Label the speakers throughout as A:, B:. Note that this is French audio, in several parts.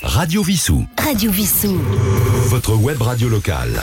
A: Radio Vissou.
B: Radio Vissou.
A: Votre web radio locale.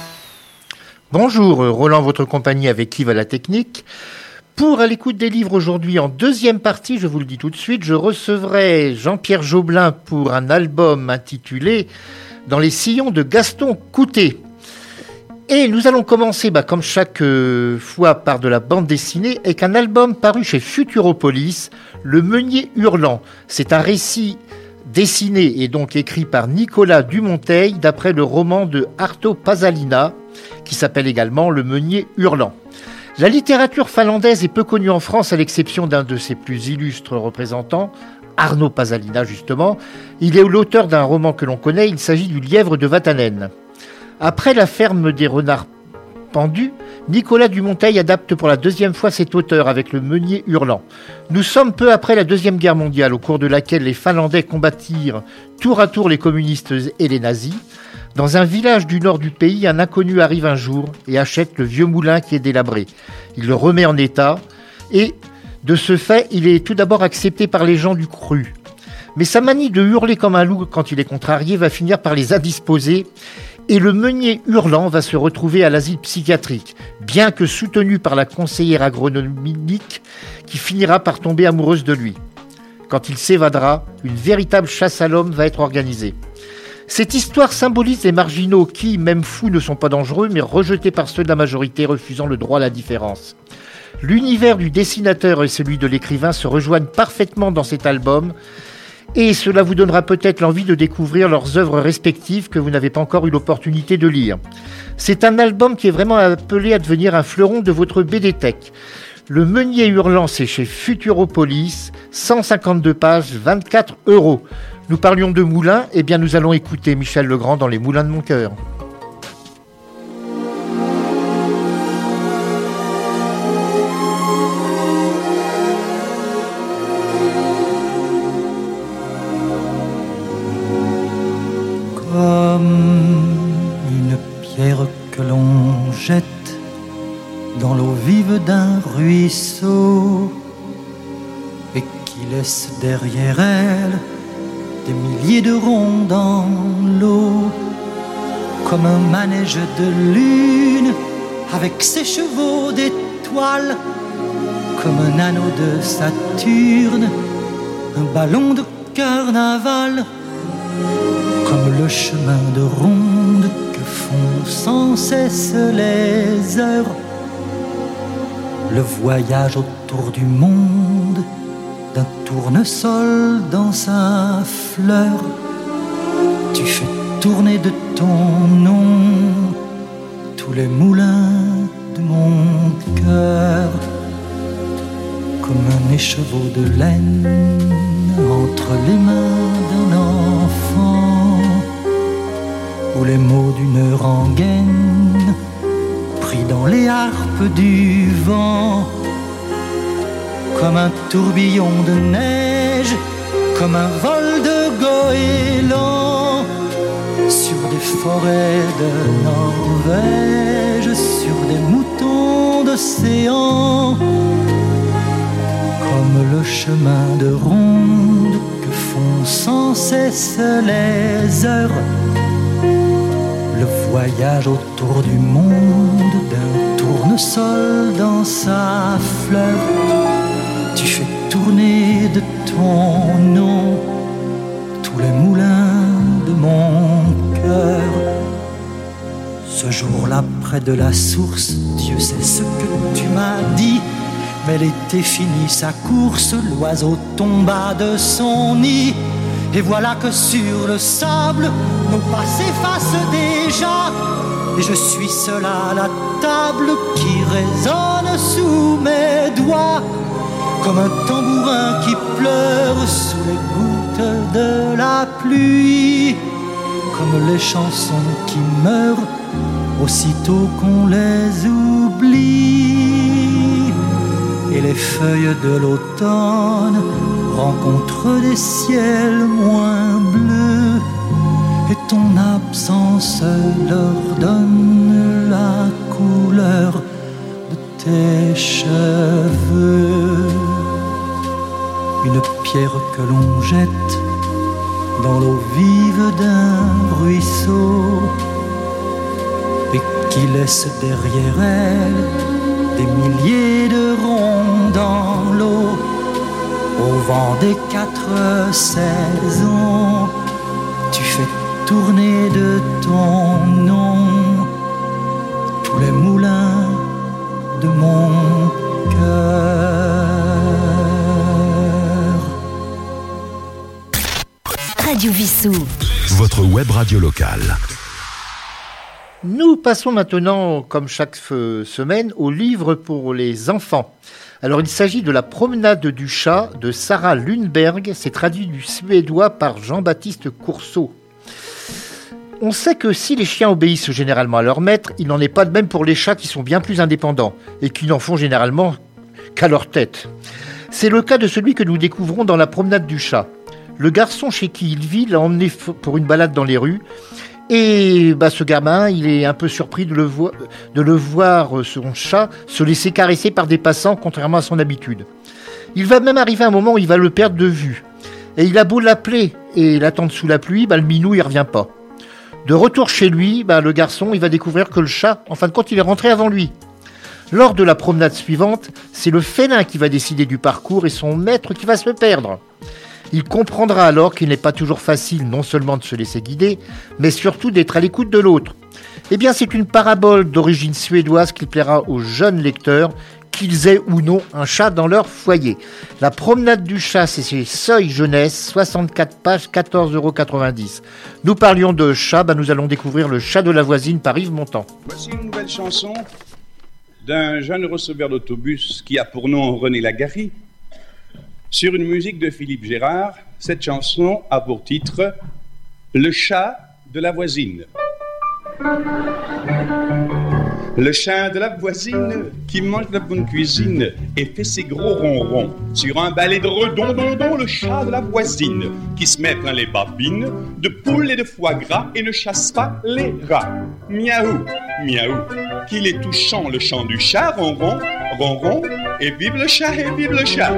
C: Bonjour, Roland, votre compagnie avec Yves à la technique. Pour à l'écoute des livres aujourd'hui, en deuxième partie, je vous le dis tout de suite, je recevrai Jean-Pierre Joblin pour un album intitulé « Dans les sillons de Gaston Coutet ». Et nous allons commencer, comme chaque fois, par de la bande dessinée, avec un album paru chez Futuropolis, Le Meunier Hurlant. C'est un récit dessiné et donc écrit par Nicolas Dumonteil, d'après le roman de Arto Pasalina, qui s'appelle également Le Meunier Hurlant. La littérature finlandaise est peu connue en France, à l'exception d'un de ses plus illustres représentants, Arno Pasalina justement. Il est l'auteur d'un roman que l'on connaît, il s'agit du Lièvre de Vatanen. Après La ferme des renards pendus, Nicolas Dumonteil adapte pour la deuxième fois cet auteur avec Le Meunier Hurlant. Nous sommes peu après la Deuxième Guerre mondiale, au cours de laquelle les Finlandais combattirent tour à tour les communistes et les nazis. Dans un village du nord du pays, un inconnu arrive un jour et achète le vieux moulin qui est délabré. Il le remet en état et, de ce fait, il est tout d'abord accepté par les gens du cru. Mais sa manie de hurler comme un loup quand il est contrarié va finir par les indisposer et le meunier hurlant va se retrouver à l'asile psychiatrique, bien que soutenu par la conseillère agronomique qui finira par tomber amoureuse de lui. Quand il s'évadera, une véritable chasse à l'homme va être organisée. Cette histoire symbolise les marginaux qui, même fous, ne sont pas dangereux, mais rejetés par ceux de la majorité refusant le droit à la différence. L'univers du dessinateur et celui de l'écrivain se rejoignent parfaitement dans cet album, et cela vous donnera peut-être l'envie de découvrir leurs œuvres respectives que vous n'avez pas encore eu l'opportunité de lire. C'est un album qui est vraiment appelé à devenir un fleuron de votre BD Tech. Le Meunier Hurlant, c'est chez Futuropolis, 152 pages, 24 €. Nous parlions de moulins, eh bien nous allons écouter Michel Legrand dans Les Moulins de mon cœur.
D: Comme une pierre que l'on jette dans l'eau vive d'un ruisseau et qui laisse derrière elle des milliers de ronds dans l'eau, comme un manège de lune avec ses chevaux d'étoiles, comme un anneau de Saturne, un ballon de carnaval, comme le chemin de ronde que font sans cesse les heures, le voyage autour du monde d'un tournesol dans sa fleur. Tu fais tourner de ton nom tous les moulins de mon cœur, comme un écheveau de laine entre les mains d'un enfant, ou les mots d'une rengaine pris dans les harpes du vent, comme un tourbillon de neige, comme un vol de goéland sur des forêts de Norvège, sur des moutons d'océan, comme le chemin de ronde que font sans cesse les heures, le voyage autour du monde d'un tournesol dans sa fleur. Tu fais tourner de ton nom tous les moulins de mon cœur. Ce jour-là, près de la source, Dieu sait ce que tu m'as dit, mais l'été finit sa course, l'oiseau tomba de son nid, et voilà que sur le sable, nos pas s'effacent déjà, et je suis seul à la table qui résonne sous mes doigts, comme un tambourin qui pleure sous les gouttes de la pluie, comme les chansons qui meurent aussitôt qu'on les oublie, et les feuilles de l'automne rencontrent des ciels moins bleus, et ton absence leur donne la couleur de tes cheveux. Une pierre que l'on jette dans l'eau vive d'un ruisseau et qui laisse derrière elle des milliers de ronds dans l'eau au vent des 4 saisons. Tu fais tourner de ton nom tous les moulins de mon cœur.
B: Radio Vissou.
A: Votre web radio locale.
C: Nous passons maintenant, comme chaque semaine, au livre pour les enfants. Alors, il s'agit de La promenade du chat de Sarah Lundberg. C'est traduit du suédois par Jean-Baptiste Courceau. On sait que si les chiens obéissent généralement à leur maître, il n'en est pas de même pour les chats qui sont bien plus indépendants et qui n'en font généralement qu'à leur tête. C'est le cas de celui que nous découvrons dans La promenade du chat. Le garçon chez qui il vit l'a emmené pour une balade dans les rues. Et ce gamin, il est un peu surpris de le voir, son chat, se laisser caresser par des passants, contrairement à son habitude. Il va même arriver un moment où il va le perdre de vue. Et il a beau l'appeler et l'attendre sous la pluie, le minou, il revient pas. De retour chez lui, le garçon, il va découvrir que le chat, en fin de compte, il est rentré avant lui. Lors de la promenade suivante, c'est le félin qui va décider du parcours et son maître qui va se perdre. Il comprendra alors qu'il n'est pas toujours facile non seulement de se laisser guider, mais surtout d'être à l'écoute de l'autre. Eh bien, c'est une parabole d'origine suédoise qui plaira aux jeunes lecteurs, qu'ils aient ou non un chat dans leur foyer. La promenade du chat, c'est chez Seuil Jeunesse, 64 pages, 14,90 €. Nous parlions de chat, nous allons découvrir Le chat de la voisine par Yves Montand.
E: Voici une nouvelle chanson d'un jeune receveur d'autobus qui a pour nom René Lagarry. Sur une musique de Philippe Gérard, cette chanson a pour titre « Le chat de la voisine ». Le chat de la voisine qui mange la bonne cuisine et fait ses gros ronrons sur un balai de redondondon. Le chat de la voisine qui se met plein les babines de poules et de foie gras et ne chasse pas les rats. Miaou, miaou, qu'il est touchant le chant du chat. Ronron, ronron, et vive le chat, et vive le chat.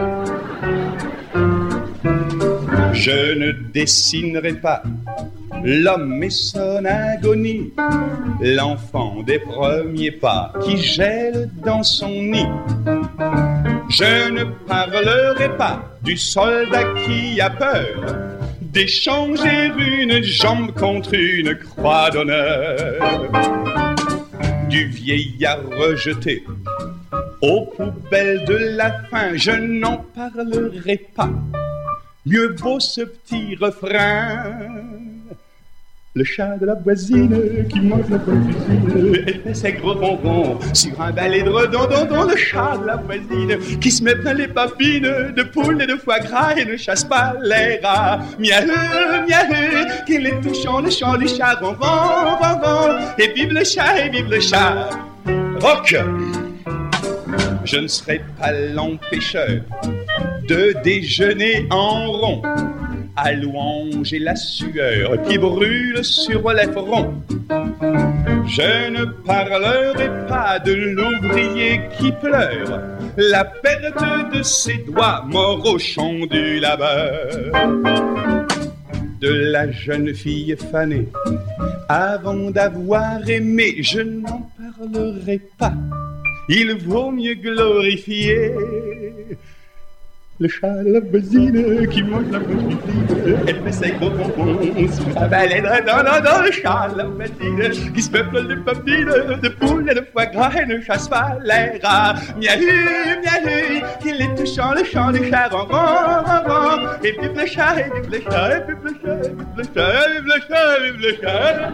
E: Je ne dessinerai pas l'homme et son agonie, l'enfant des premiers pas qui gèle dans son nid. Je ne parlerai pas du soldat qui a peur d'échanger une jambe contre une croix d'honneur, du vieillard rejeté aux poubelles de la faim. Je n'en parlerai pas. Mieux vaut ce petit refrain. Le chat de la voisine qui mange la bonne cuisine et fait ses gros bonbons sur un balai de redondondon. Le chat de la voisine qui se met plein les papines de poules et de foie gras et ne chasse pas les rats. Miaou, miaou, qu'il est touchant le chant du chat. Ronron, ronron, et vive le chat, et vive le chat. Rock. Je ne serai pas l'empêcheur de déjeuner en rond, à louange et la sueur qui brûle sur les fronts. Je ne parlerai pas de l'ouvrier qui pleure la perte de ses doigts morts au champ du labeur, de la jeune fille fanée avant d'avoir aimé. Je n'en parlerai pas. Il vaut mieux glorifier le chat de la voisine qui mange la bonne cuisine. Elle fait ses gros bonbons sous un balai de redondondon. Le chat de la voisine qui se peuple de papines de poules et de foie gras et ne chasse pas les rats. Miaou, miaou, qu'il est touchant le chant du chat. Ronron, ronron, et vive le chat, et vive le chat, et vive le chat, et vive le chat, et vive le chat, et vive le chat.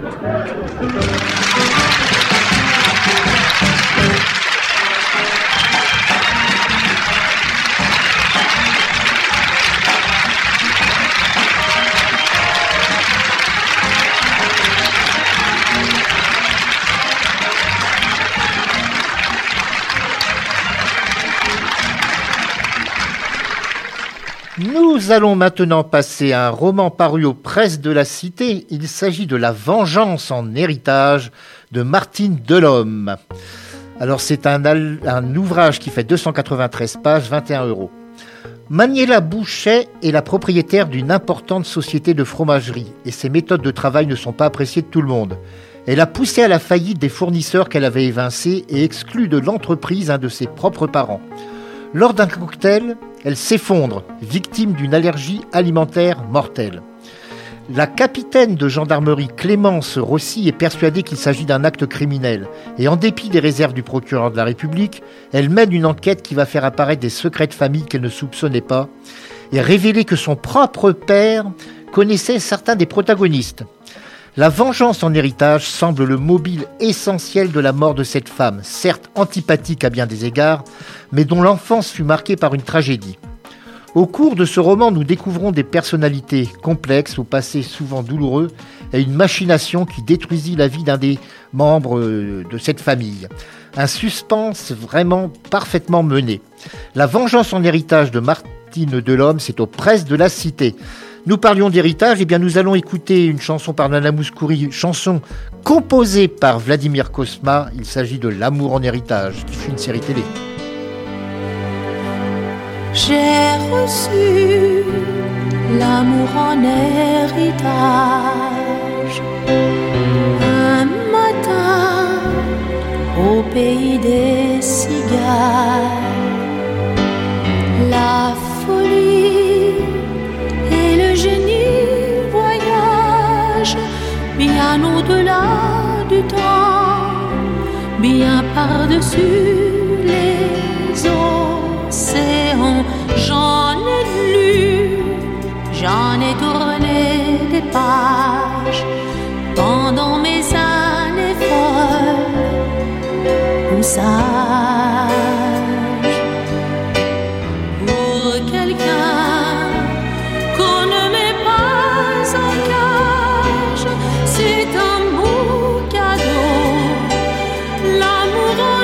C: Nous allons maintenant passer à un roman paru aux presses de la Cité. Il s'agit de La vengeance en héritage de Martine Delhomme. Alors c'est un ouvrage qui fait 293 pages, 21 €. Maniela Bouchet est la propriétaire d'une importante société de fromagerie et ses méthodes de travail ne sont pas appréciées de tout le monde. Elle a poussé à la faillite des fournisseurs qu'elle avait évincés et exclu de l'entreprise un de ses propres parents. Lors d'un cocktail, elle s'effondre, victime d'une allergie alimentaire mortelle. La capitaine de gendarmerie Clémence Rossi est persuadée qu'il s'agit d'un acte criminel et en dépit des réserves du procureur de la République, elle mène une enquête qui va faire apparaître des secrets de famille qu'elle ne soupçonnait pas et révéler que son propre père connaissait certains des protagonistes. La vengeance en héritage semble le mobile essentiel de la mort de cette femme, certes antipathique à bien des égards, mais dont l'enfance fut marquée par une tragédie. Au cours de ce roman, nous découvrons des personnalités complexes, au passé souvent douloureux, et une machination qui détruisit la vie d'un des membres de cette famille. Un suspense vraiment parfaitement mené. La vengeance en héritage de Martine Delhomme, c'est aux presses de la Cité. Nous parlions d'héritage, et bien nous allons écouter une chanson par Nana Mouskouri, chanson composée par Vladimir Cosma. Il s'agit de L'amour en héritage, qui fut une série télé.
F: J'ai reçu l'amour en héritage un matin au pays des cigales. La folie et le génie voyagent bien au-delà du temps, bien par-dessus les océans. J'en ai lu, j'en ai tourné des pages pendant mes années folles ou sages. Pour quelqu'un qu'on ne met pas en cage, c'est un beau cadeau, l'amour en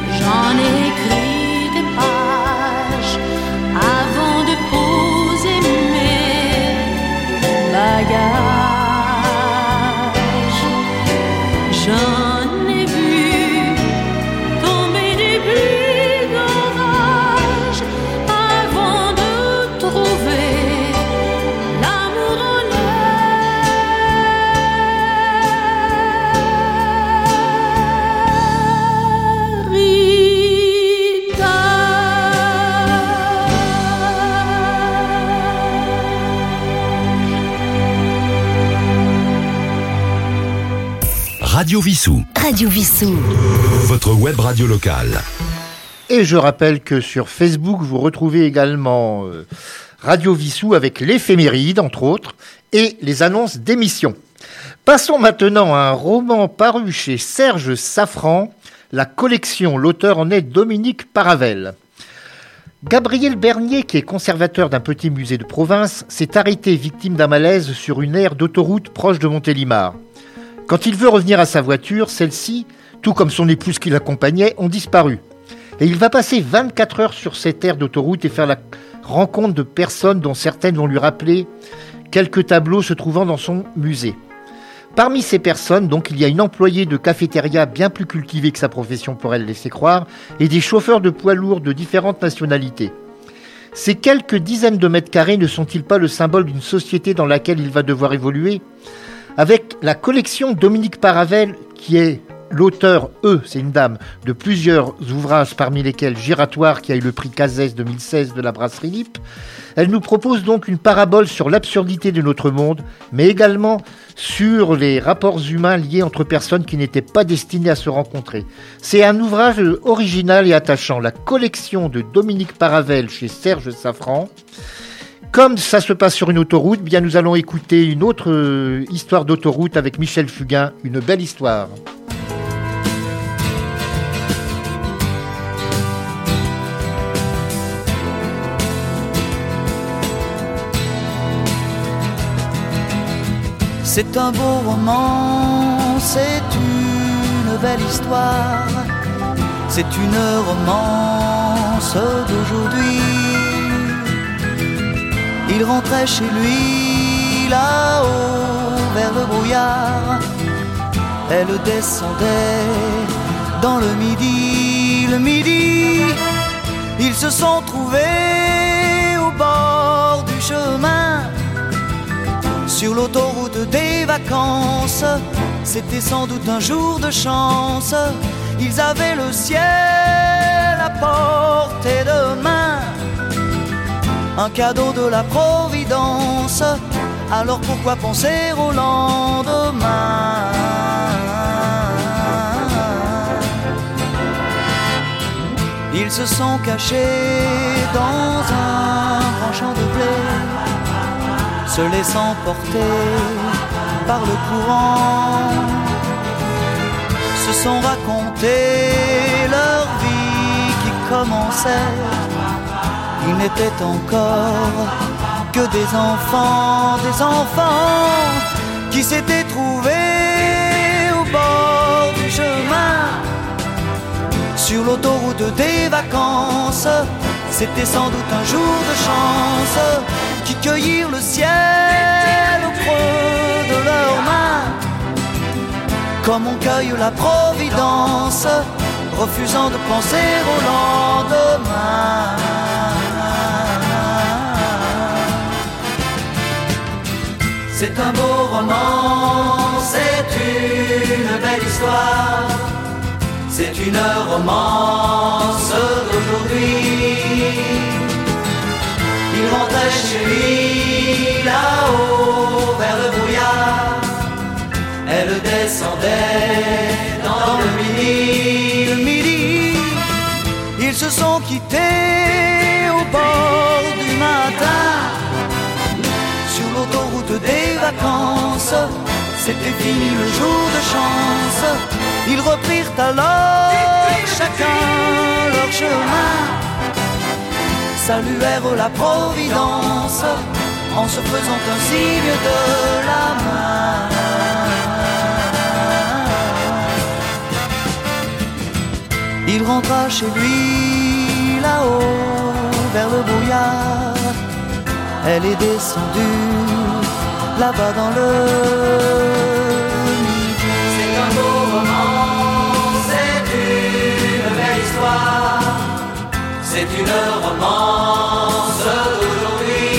G: J'en ai écrit des pages avant de poser
A: Radio Vissou.
B: Radio Vissou.
A: Votre web radio locale.
C: Et je rappelle que sur Facebook, vous retrouvez également Radio Vissou avec l'éphéméride, entre autres, et les annonces d'émissions. Passons maintenant à un roman paru chez Serge Safran, La collection. L'auteur en est Dominique Paravel. Gabriel Bernier, qui est conservateur d'un petit musée de province, s'est arrêté victime d'un malaise sur une aire d'autoroute proche de Montélimar. Quand il veut revenir à sa voiture, celle-ci, tout comme son épouse qui l'accompagnait, ont disparu. Et il va passer 24 heures sur cette aire d'autoroute et faire la rencontre de personnes dont certaines vont lui rappeler quelques tableaux se trouvant dans son musée. Parmi ces personnes, donc, il y a une employée de cafétéria bien plus cultivée que sa profession pourrait le laisser croire, et des chauffeurs de poids lourds de différentes nationalités. Ces quelques dizaines de mètres carrés ne sont-ils pas le symbole d'une société dans laquelle il va devoir évoluer ? Avec la collection Dominique Paravel, qui est l'auteur, c'est une dame, de plusieurs ouvrages, parmi lesquels Giratoire, qui a eu le prix Cazès 2016 de la Brasserie Lippe, elle nous propose donc une parabole sur l'absurdité de notre monde, mais également sur les rapports humains liés entre personnes qui n'étaient pas destinées à se rencontrer. C'est un ouvrage original et attachant, la collection de Dominique Paravel chez Serge Safran. Comme ça se passe sur une autoroute, bien nous allons écouter une autre histoire d'autoroute avec Michel Fugain, une belle histoire.
D: C'est un beau roman, c'est une belle histoire, c'est une romance d'aujourd'hui. Il rentrait chez lui, là-haut, vers le brouillard. Elle descendait dans le midi, ils se sont trouvés au bord du chemin. Sur l'autoroute des vacances, c'était sans doute un jour de chance. Ils avaient le ciel à portée de main, un cadeau de la Providence. Alors pourquoi penser au lendemain? Ils se sont cachés dans un grand champ de blé, se laissant porter par le courant, se sont racontés leur vie qui commençait. Ils n'étaient encore que des enfants qui s'étaient trouvés au bord du chemin. Sur l'autoroute des vacances, c'était sans doute un jour de chance, qui cueillirent le ciel au creux de leurs mains, comme on cueille la Providence, refusant de penser au lendemain. C'est un beau roman, c'est une belle histoire, c'est une romance d'aujourd'hui. Il rentrait chez lui, là-haut, vers le brouillard. Elle descendait dans le midi. Ils se sont quittés au bord du matin. Sur l'autoroute des vacances, c'était fini le jour de chance. Ils reprirent alors chacun leur chemin, saluèrent la Providence en se faisant un signe de la main. Il rentra chez lui, là-haut, vers le brouillard. Elle est descendue, là-bas dans le midi. C'est un beau roman, c'est une belle histoire, c'est une romance d'aujourd'hui.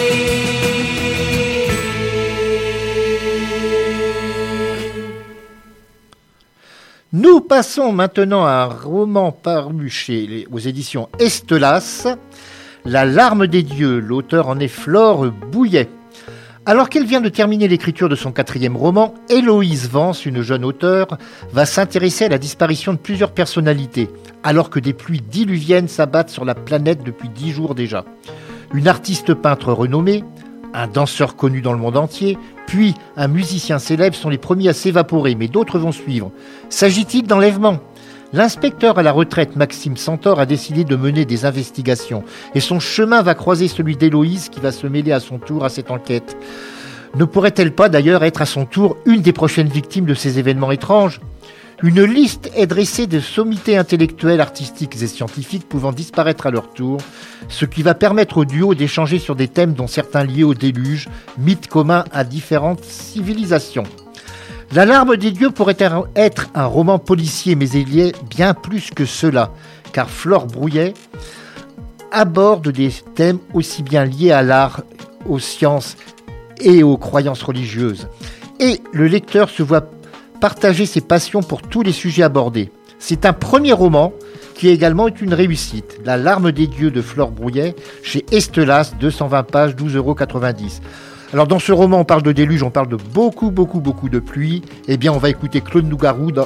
C: Nous passons maintenant à un roman paru aux éditions Estelas, La larme des dieux. L'auteur en est Flore Bouillet. Alors qu'elle vient de terminer l'écriture de son 4e roman, Héloïse Vance, une jeune auteure, va s'intéresser à la disparition de plusieurs personnalités, alors que des pluies diluviennes s'abattent sur la planète depuis 10 jours déjà. Une artiste peintre renommée, un danseur connu dans le monde entier, puis un musicien célèbre sont les premiers à s'évaporer, mais d'autres vont suivre. S'agit-il d'enlèvement ? L'inspecteur à la retraite Maxime Santor a décidé de mener des investigations et son chemin va croiser celui d'Héloïse qui va se mêler à son tour à cette enquête. Ne pourrait-elle pas d'ailleurs être à son tour une des prochaines victimes de ces événements étranges ? Une liste est dressée de sommités intellectuelles, artistiques et scientifiques pouvant disparaître à leur tour, ce qui va permettre au duo d'échanger sur des thèmes dont certains liés au déluge, mythe commun à différentes civilisations. La larme des dieux pourrait être un roman policier, mais il y est bien plus que cela, car Flore Brouillet aborde des thèmes aussi bien liés à l'art, aux sciences et aux croyances religieuses. Et le lecteur se voit partager ses passions pour tous les sujets abordés. C'est un premier roman qui également est une réussite. La larme des dieux de Flore Brouillet, chez Estelas, 220 pages, 12,90 €. Alors dans ce roman, on parle de déluge, on parle de beaucoup de pluie. Eh bien, on va écouter Claude Nougaro dans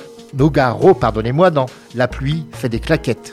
C: La pluie fait des claquettes.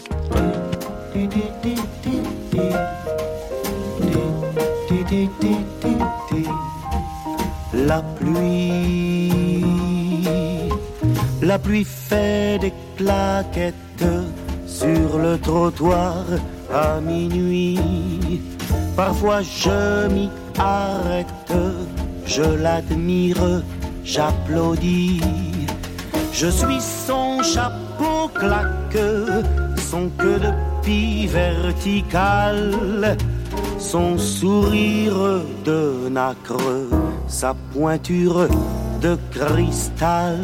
G: La pluie fait des claquettes sur le trottoir à minuit. Parfois je m'y arrête, je l'admire, j'applaudis. Je suis son chapeau claque, son queue de pie verticale, son sourire de nacre, sa pointure de cristal.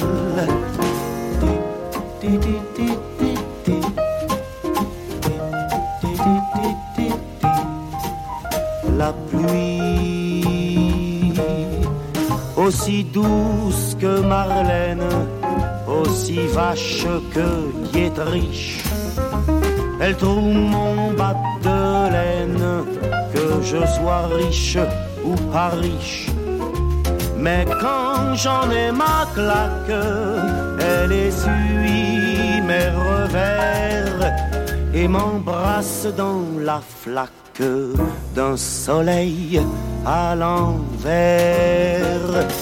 G: La pluie, aussi douce que Marlène, aussi vache que Dietrich, elle trouve mon bas de laine, que je sois riche ou pas riche. Mais quand j'en ai ma claque, elle essuie mes revers et m'embrasse dans la flaque d'un soleil à l'envers.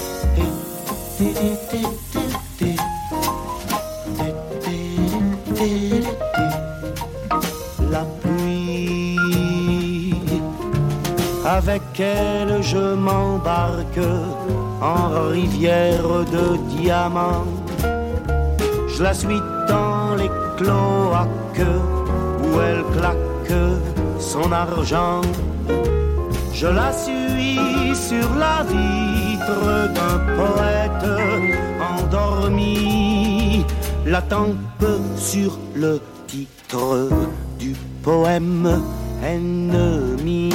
G: La pluie, avec elle je m'embarque en rivière de diamants. Je la suis dans les cloaques où elle claque son argent. Je la suis sur la vitre d'un poète endormi, la tempe sur le titre du poème ennemi.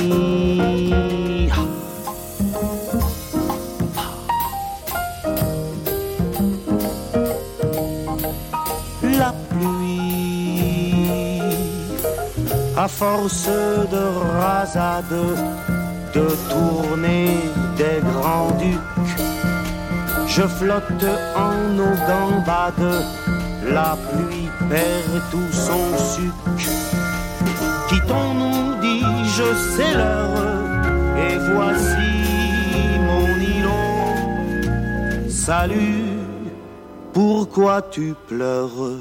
G: La pluie, à force de rasade, de tourner des grands-ducs, je flotte en eau gambade, la pluie perd tout son suc. Quittons-nous, dis-je, c'est l'heure, et voici mon îlot. Salut, pourquoi tu pleures?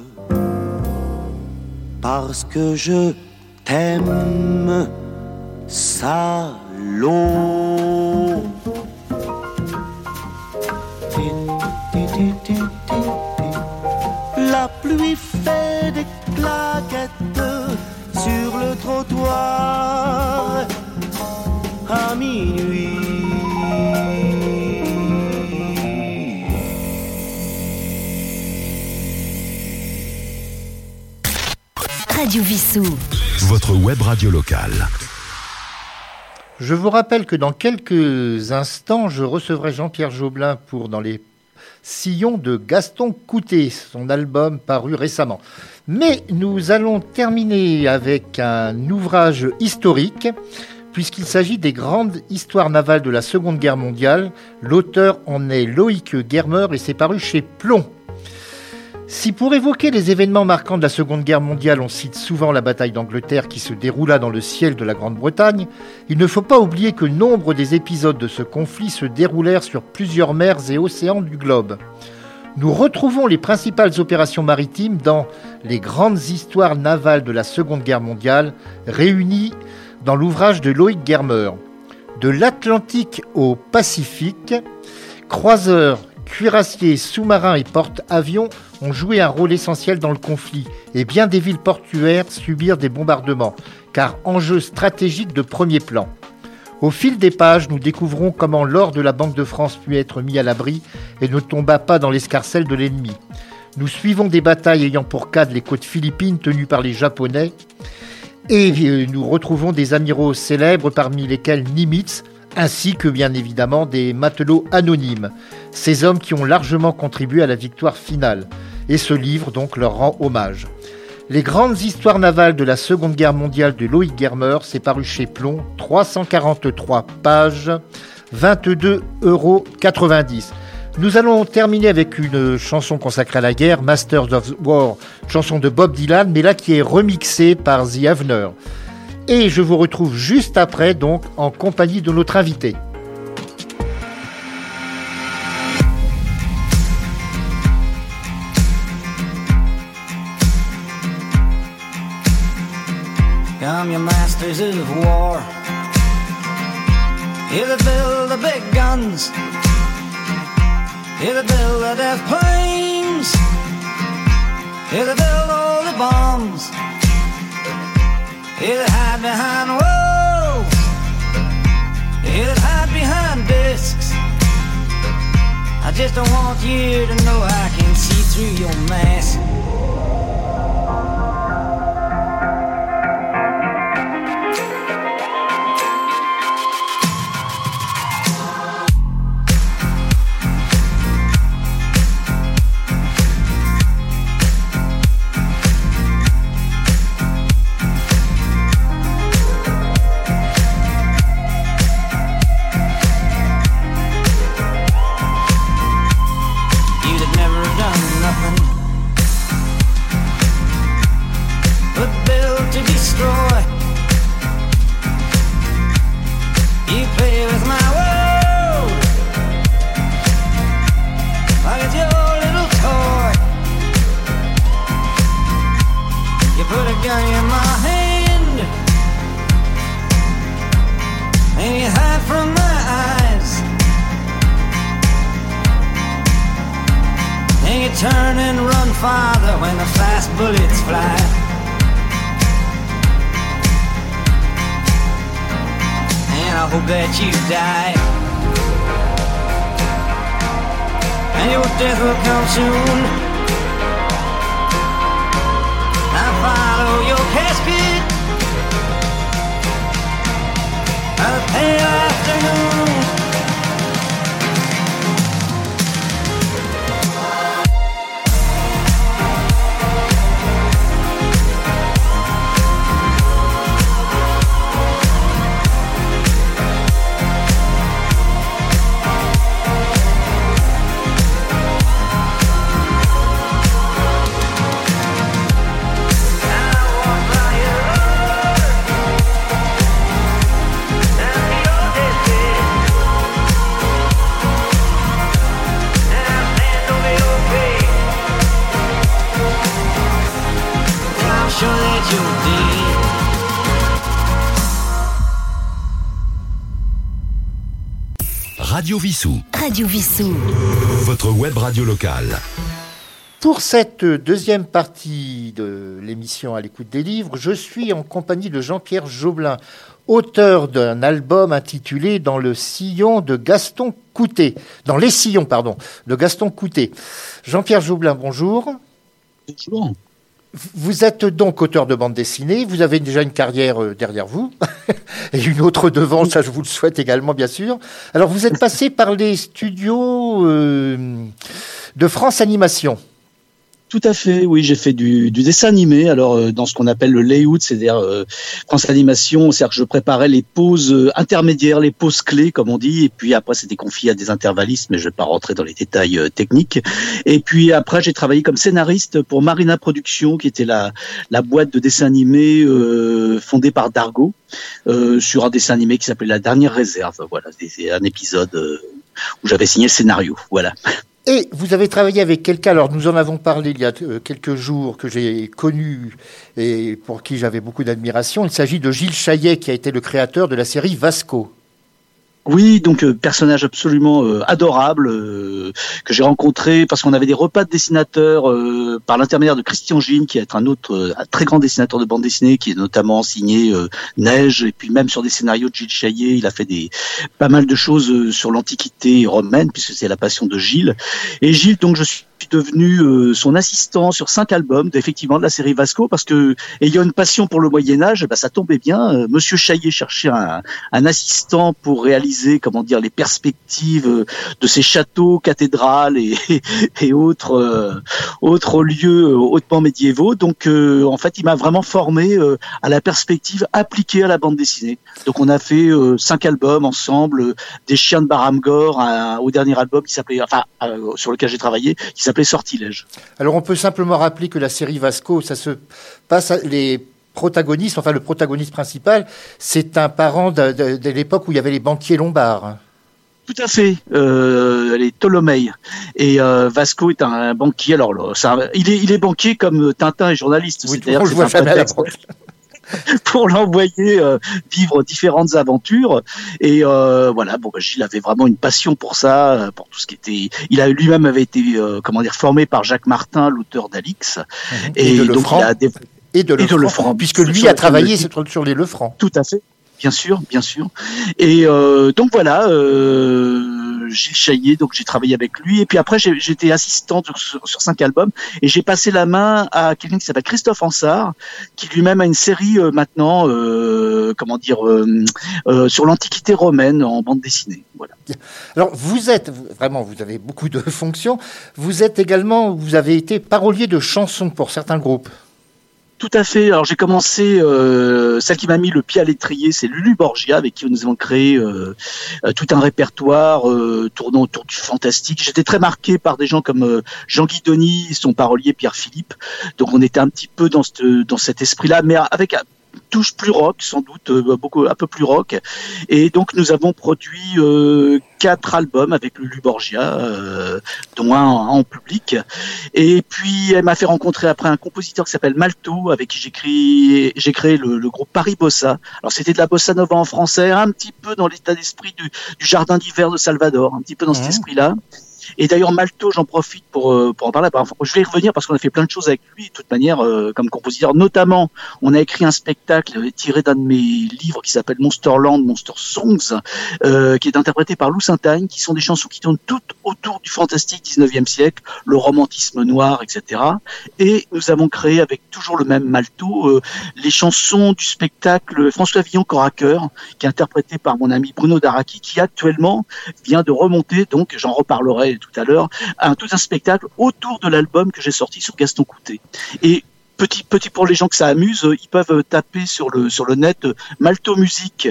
G: Parce que je t'aime, salaud. La pluie fait des claquettes sur le trottoir à minuit.
B: Radio Vissou.
A: Votre web radio locale.
C: Je vous rappelle que dans quelques instants, je recevrai Jean-Pierre Joblin pour Dans les sillons de Gaston Coutet, son album paru récemment. Mais nous allons terminer avec un ouvrage historique, puisqu'il s'agit des grandes histoires navales de la Seconde Guerre mondiale. L'auteur en est Loïc Germer et c'est paru chez Plomb. Si pour évoquer les événements marquants de la Seconde Guerre mondiale, on cite souvent la bataille d'Angleterre qui se déroula dans le ciel de la Grande-Bretagne, il ne faut pas oublier que nombre des épisodes de ce conflit se déroulèrent sur plusieurs mers et océans du globe. Nous retrouvons les principales opérations maritimes dans les grandes histoires navales de la Seconde Guerre mondiale, réunies dans l'ouvrage de Loïc Germer. De l'Atlantique au Pacifique, croiseurs, cuirassiers, sous-marins et porte-avions ont joué un rôle essentiel dans le conflit et bien des villes portuaires subirent des bombardements, car enjeu stratégique de premier plan. Au fil des pages, nous découvrons comment l'or de la Banque de France put être mis à l'abri et ne tomba pas dans l'escarcelle de l'ennemi. Nous suivons des batailles ayant pour cadre les côtes philippines tenues par les Japonais et nous retrouvons des amiraux célèbres parmi lesquels Nimitz, ainsi que bien évidemment des matelots anonymes, ces hommes qui ont largement contribué à la victoire finale. Et ce livre donc leur rend hommage. Les grandes histoires navales de la Seconde Guerre mondiale de Loïc Germer, c'est paru chez Plomb, 343 pages, 22,90 €. Nous allons terminer avec une chanson consacrée à la guerre, Masters of War, chanson de Bob Dylan, mais là qui est remixée par The Avener. Et je vous retrouve juste après, donc, en compagnie de notre invité.
H: Come, you masters of war. Here to build the big guns. Here to build the death planes. Here to build all the bombs. Here to hide behind walls. Here to hide behind discs. I just don't want you to know I can see through your mask.
I: turn and run farther when the fast bullets fly. And I hope that you die, and your death will come soon. I follow your casket by the pale afternoon.
A: Radio Vissou.
B: Radio Vissou.
A: Votre web radio locale.
C: Pour cette deuxième partie de l'émission À l'écoute des livres, je suis en compagnie de Jean-Pierre Joblin, auteur d'un album intitulé Dans le sillon de Gaston Coutet. Dans les sillons, pardon, de Gaston Coutet. Jean-Pierre Joblin, bonjour.
J: Bonjour.
C: Vous êtes donc auteur de bande dessinée, vous avez déjà une carrière derrière vous, et une autre devant, ça je vous le souhaite également bien sûr. Alors vous êtes passé par les studios de France Animation.
J: Tout à fait, oui, j'ai fait du dessin animé. Alors dans ce qu'on appelle le layout, c'est-à-dire France Animation, c'est-à-dire que je préparais les pauses intermédiaires, les pauses clés, comme on dit, et puis après c'était confié à des intervallistes, mais je vais pas rentrer dans les détails techniques. Et puis après j'ai travaillé comme scénariste pour Marina Productions, qui était la boîte de dessin animé fondée par Dargaud, sur un dessin animé qui s'appelait La Dernière Réserve. Voilà, c'est un épisode où j'avais signé le scénario. Voilà.
C: Et vous avez travaillé avec quelqu'un, alors nous en avons parlé il y a quelques jours, que j'ai connu et pour qui j'avais beaucoup d'admiration. Il s'agit de Gilles Chaillet, qui a été le créateur de la série Vasco.
J: Oui, donc personnage absolument adorable que j'ai rencontré parce qu'on avait des repas de dessinateurs par l'intermédiaire de Christian Gine, qui est un autre un très grand dessinateur de bande dessinée, qui est notamment signé Neige, et puis même sur des scénarios de Gilles Chaillet, il a fait pas mal de choses sur l'Antiquité romaine, puisque c'est la passion de Gilles. Et Gilles, donc je suis devenu son assistant sur 5 albums, effectivement, de la série Vasco, parce que ayant une passion pour le Moyen-Âge, ça tombait bien. Monsieur Chaillet cherchait un assistant pour réaliser, comment dire, les perspectives de ces châteaux, cathédrales et autres lieux hautement médiévaux. Donc, en fait, il m'a vraiment formé à la perspective appliquée à la bande dessinée. Donc, on a fait 5 albums ensemble, des Chiens de Baramgor, au dernier album qui s'appelait, sur lequel j'ai travaillé, qui s'appelait Sortilège.
C: Alors on peut simplement rappeler que la série Vasco, ça se passe les protagonistes, enfin le protagoniste principal, c'est un parent de l'époque où il y avait les banquiers lombards.
J: Tout à fait, les Ptolémées. Et Vasco est un banquier. Alors il est banquier comme Tintin est journaliste.
C: Oui, on le voit jamais à la banque.
J: Pour l'envoyer vivre différentes aventures. Et voilà, Gilles avait vraiment une passion pour ça, pour tout ce qui était. Lui-même avait été formé par Jacques Martin, l'auteur d'Alix,
C: et de Lefranc. Et de Lefranc, puisque lui a travaillé sur les Lefranc.
J: Tout à fait. Bien sûr. Et donc voilà, Gilles Chaillet, donc j'ai travaillé avec lui. Et puis après, j'étais assistant sur 5 albums. Et j'ai passé la main à quelqu'un qui s'appelle Christophe Ansart, qui lui-même a une série maintenant, sur l'Antiquité romaine en bande dessinée. Voilà.
C: Alors vous avez beaucoup de fonctions. Vous avez été parolier de chansons pour certains groupes.
J: Tout à fait. Alors j'ai commencé, celle qui m'a mis le pied à l'étrier, c'est Lulu Borgia, avec qui nous avons créé tout un répertoire tournant autour du fantastique. J'étais très marqué par des gens comme Jean Guidoni, son parolier Pierre Philippe. Donc on était un petit peu dans cet esprit-là, mais avec touche plus rock, sans doute, un peu plus rock. Et donc nous avons produit 4 albums avec Lulu Borgia, dont un en public. Et puis elle m'a fait rencontrer après un compositeur qui s'appelle Malto, avec qui j'ai créé le groupe Paris Bossa. Alors c'était de la bossa nova en français, un petit peu dans l'état d'esprit du jardin d'hiver de Salvador, un petit peu dans cet esprit-là. Et d'ailleurs, Malto, j'en profite pour en parler. Je vais y revenir parce qu'on a fait plein de choses avec lui, de toute manière, comme compositeur. Notamment, on a écrit un spectacle tiré d'un de mes livres qui s'appelle Monsterland, Monster Songs, qui est interprété par Lou Saint-Agne, qui sont des chansons qui tournent toutes autour du fantastique 19e siècle, le romantisme noir, etc. Et nous avons créé avec toujours le même Malto les chansons du spectacle François Villon Corps à Cœur, qui est interprété par mon ami Bruno Daraki, qui actuellement vient de remonter, donc j'en reparlerai tout à l'heure, tout un spectacle autour de l'album que j'ai sorti sur Gaston Coutet. Et petit pour les gens que ça amuse, ils peuvent taper sur le net Malto Musique,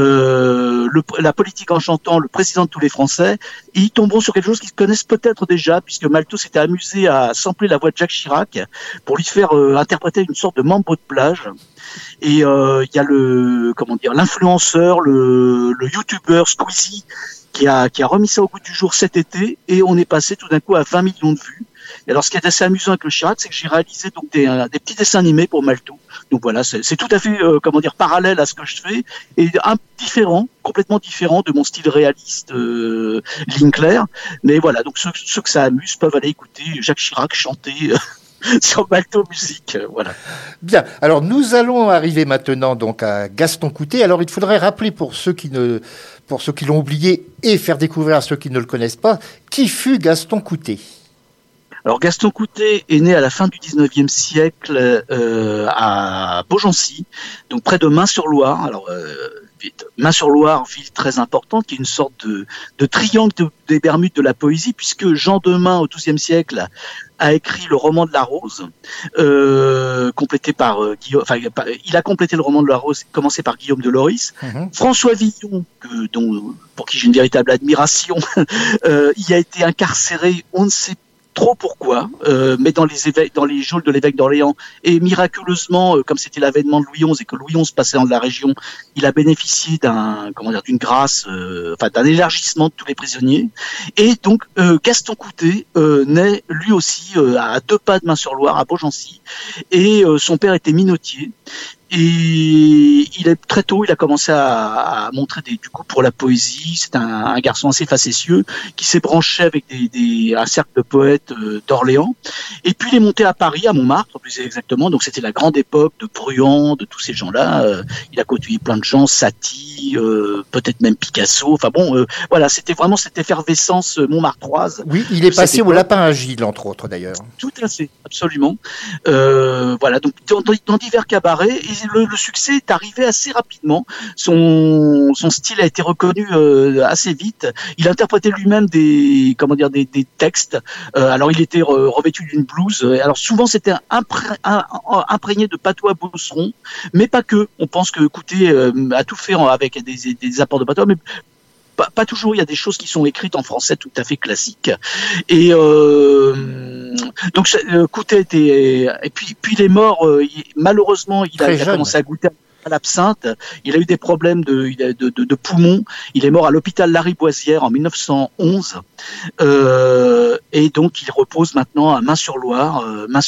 J: la politique en chantant, le président de tous les Français, et ils tomberont sur quelque chose qu'ils connaissent peut-être déjà, puisque Malto s'était amusé à sampler la voix de Jacques Chirac pour lui faire interpréter une sorte de mambo de plage. Et il y a l'influenceur, le youtubeur Squeezie, qui a remis ça au goût du jour cet été, et on est passé tout d'un coup à 20 millions de vues. Et alors, ce qui est assez amusant avec le Chirac, c'est que j'ai réalisé donc des petits dessins animés pour Malto. Donc voilà, c'est tout à fait, parallèle à ce que je fais, et complètement différent de mon style réaliste, ligne claire. Mais voilà, donc ceux que ça amuse peuvent aller écouter Jacques Chirac chanter sur Malto Musique, voilà.
C: Bien, alors nous allons arriver maintenant donc à Gaston Coutet. Alors il faudrait rappeler pour ceux qui l'ont oublié et faire découvrir à ceux qui ne le connaissent pas, qui fut Gaston Coutet.
J: Alors Gaston Coutet est né à la fin du 19e siècle à Beaugency, donc près de Main-sur-Loire. Alors Main-sur-Loire, ville très importante, qui est une sorte de triangle des Bermudes de la poésie, puisque Jean Demain, au XIIe siècle, a écrit le roman de la Rose, complété par Guillaume. Enfin, il a complété le roman de la Rose, commencé par Guillaume de Loris. François Villon, pour qui j'ai une véritable admiration, il a été incarcéré, on ne sait trop pourquoi, mais dans les geôles de l'évêque d'Orléans, et miraculeusement, comme c'était l'avènement de Louis XI et que Louis XI passait dans la région, il a bénéficié d'une grâce, d'un élargissement de tous les prisonniers. Et donc Gaston Coutet naît lui aussi à 2 pas de Main-sur-Loire, à Beaugency, et son père était minotier. Et très tôt, il a commencé à montrer du goût pour la poésie. C'est un garçon assez facétieux qui s'est branché avec un cercle de poètes d'Orléans. Et puis, il est monté à Paris, à Montmartre, plus exactement. Donc, c'était la grande époque de Bruant, de tous ces gens-là. Il a côtoyé plein de gens, Satie, peut-être même Picasso. Enfin bon, voilà, c'était vraiment cette effervescence montmartroise.
C: Oui, il est passé au Lapin à Gilles, entre autres, d'ailleurs.
J: Tout à fait, absolument. Voilà, donc dans divers cabarets. Et le succès est arrivé assez rapidement. Son style a été reconnu assez vite. Il interprétait lui-même des textes. Alors il était revêtu d'une blouse. Alors souvent c'était imprégné de patois beauceron, mais pas que. On pense que Coutet a tout fait avec des apports de patois, mais pas toujours. Il y a des choses qui sont écrites en français tout à fait classiques. Et donc Coutet était, et puis il est mort. Malheureusement, il a commencé à goûter à l'absinthe. Il a eu des problèmes de poumons. Il est mort à l'hôpital Lariboisière en 1911. Et donc il repose maintenant à Main-sur-Loire.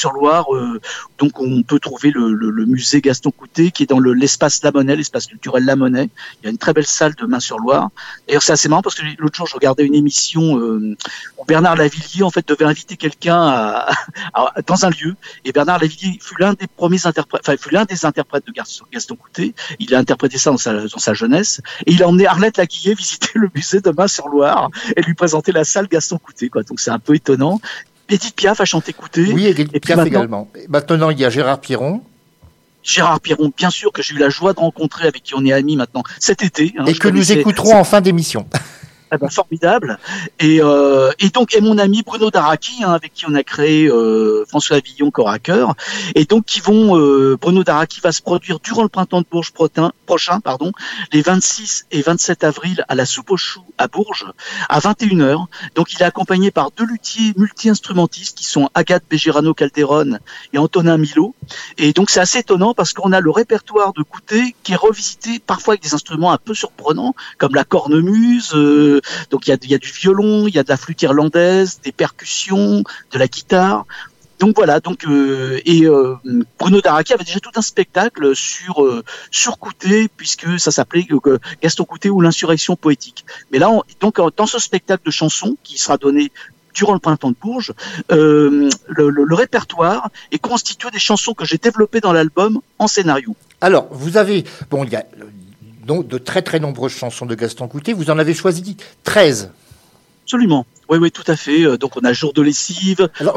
J: Donc on peut trouver le musée Gaston Coutet qui est dans l'espace Lamonnet, l'espace culturel Lamonnet. Il y a une très belle salle de Main-sur-Loire. D'ailleurs c'est assez marrant parce que l'autre jour je regardais une émission où Bernard Lavilliers en fait devait inviter quelqu'un dans un lieu, et Bernard Lavilliers fut l'un des premiers interprètes, fut l'un des interprètes de Gaston Coutet. Il a interprété ça dans sa jeunesse, et il a emmené Arlette Laguillet visiter le musée de Main-sur-Loire et lui présenter la salle Gaston Coutet, quoi. Donc c'est un peu étonnant. Edith Piaf a chanté Coutet.
C: Oui, Edith Piaf également. Maintenant, il y a Gérard Piron.
J: Gérard Piron, bien sûr, que j'ai eu la joie de rencontrer, avec qui on est amis maintenant cet été.
C: Et que nous écouterons en fin d'émission.
J: Eh ben, formidable. Et mon ami Bruno Daraki, avec qui on a créé François Villon Corps à Cœur, et donc Bruno Daraki va se produire durant le printemps de Bourges prochain, les 26 et 27 avril à la Soupe aux Choux à Bourges à 21h. Donc il est accompagné par 2 luthiers multi-instrumentistes qui sont Agathe Bejerano Calderon et Antonin Milo. Et donc c'est assez étonnant parce qu'on a le répertoire de Coutet qui est revisité parfois avec des instruments un peu surprenants comme la cornemuse. Donc il y a du violon, il y a de la flûte irlandaise, des percussions, de la guitare. Donc voilà, Bruno Daraki avait déjà tout un spectacle sur Coutet, puisque ça s'appelait Gaston Coutet ou l'insurrection poétique. Mais là, dans ce spectacle de chansons qui sera donné durant le printemps de Bourges, le répertoire est constitué des chansons que j'ai développées dans l'album en scénario.
C: Alors, vous avez, il y a donc de très très nombreuses chansons de Gaston Coutet. Vous en avez choisi 13.
J: Absolument. Oui, tout à fait. Donc on a Jour de lessive.
C: Alors,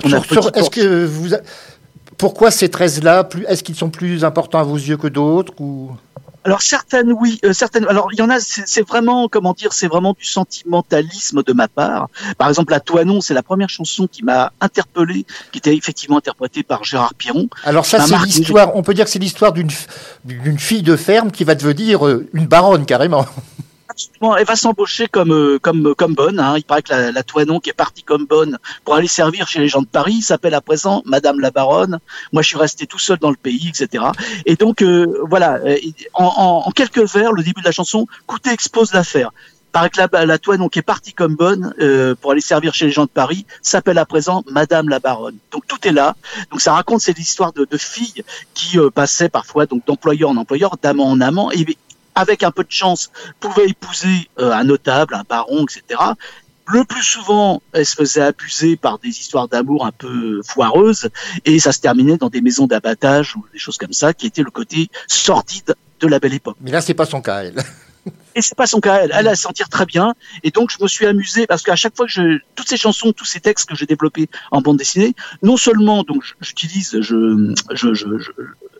C: pourquoi ces 13-là, est-ce qu'ils sont plus importants à vos yeux que d'autres ou...
J: Alors certaines, oui, certaines. Alors il y en a, c'est vraiment, c'est vraiment du sentimentalisme de ma part. Par exemple, La Toinon, c'est la première chanson qui m'a interpellé, qui était effectivement interprétée par Gérard Piron.
C: Alors ça, c'est l'histoire. On peut dire que c'est l'histoire d'une fille de ferme qui va devenir une baronne carrément.
J: Absolument, elle va s'embaucher comme bonne. Hein. Il paraît que la Toinon, qui est partie comme bonne pour aller servir chez les gens de Paris, s'appelle à présent Madame la Baronne. Moi, je suis resté tout seul dans le pays, etc. Et donc, voilà, en quelques vers, le début de la chanson, Coutet expose l'affaire. Il paraît que la Toinon, qui est partie comme bonne pour aller servir chez les gens de Paris, s'appelle à présent Madame la Baronne. Donc tout est là. Donc ça raconte cette histoire de filles qui passaient parfois donc d'employeur en employeur, d'amant en amant, et avec un peu de chance, pouvait épouser un notable, un baron, etc. Le plus souvent, elle se faisait abuser par des histoires d'amour un peu foireuses, et ça se terminait dans des maisons d'abattage ou des choses comme ça, qui étaient le côté sordide de la Belle Époque.
C: Mais là, c'est pas son cas, elle.
J: Et c'est pas son cas, elle a s'en tire très bien, et donc je me suis amusé parce qu'à chaque fois que toutes ces chansons, tous ces textes que j'ai développés en bande dessinée, non seulement donc j'utilise,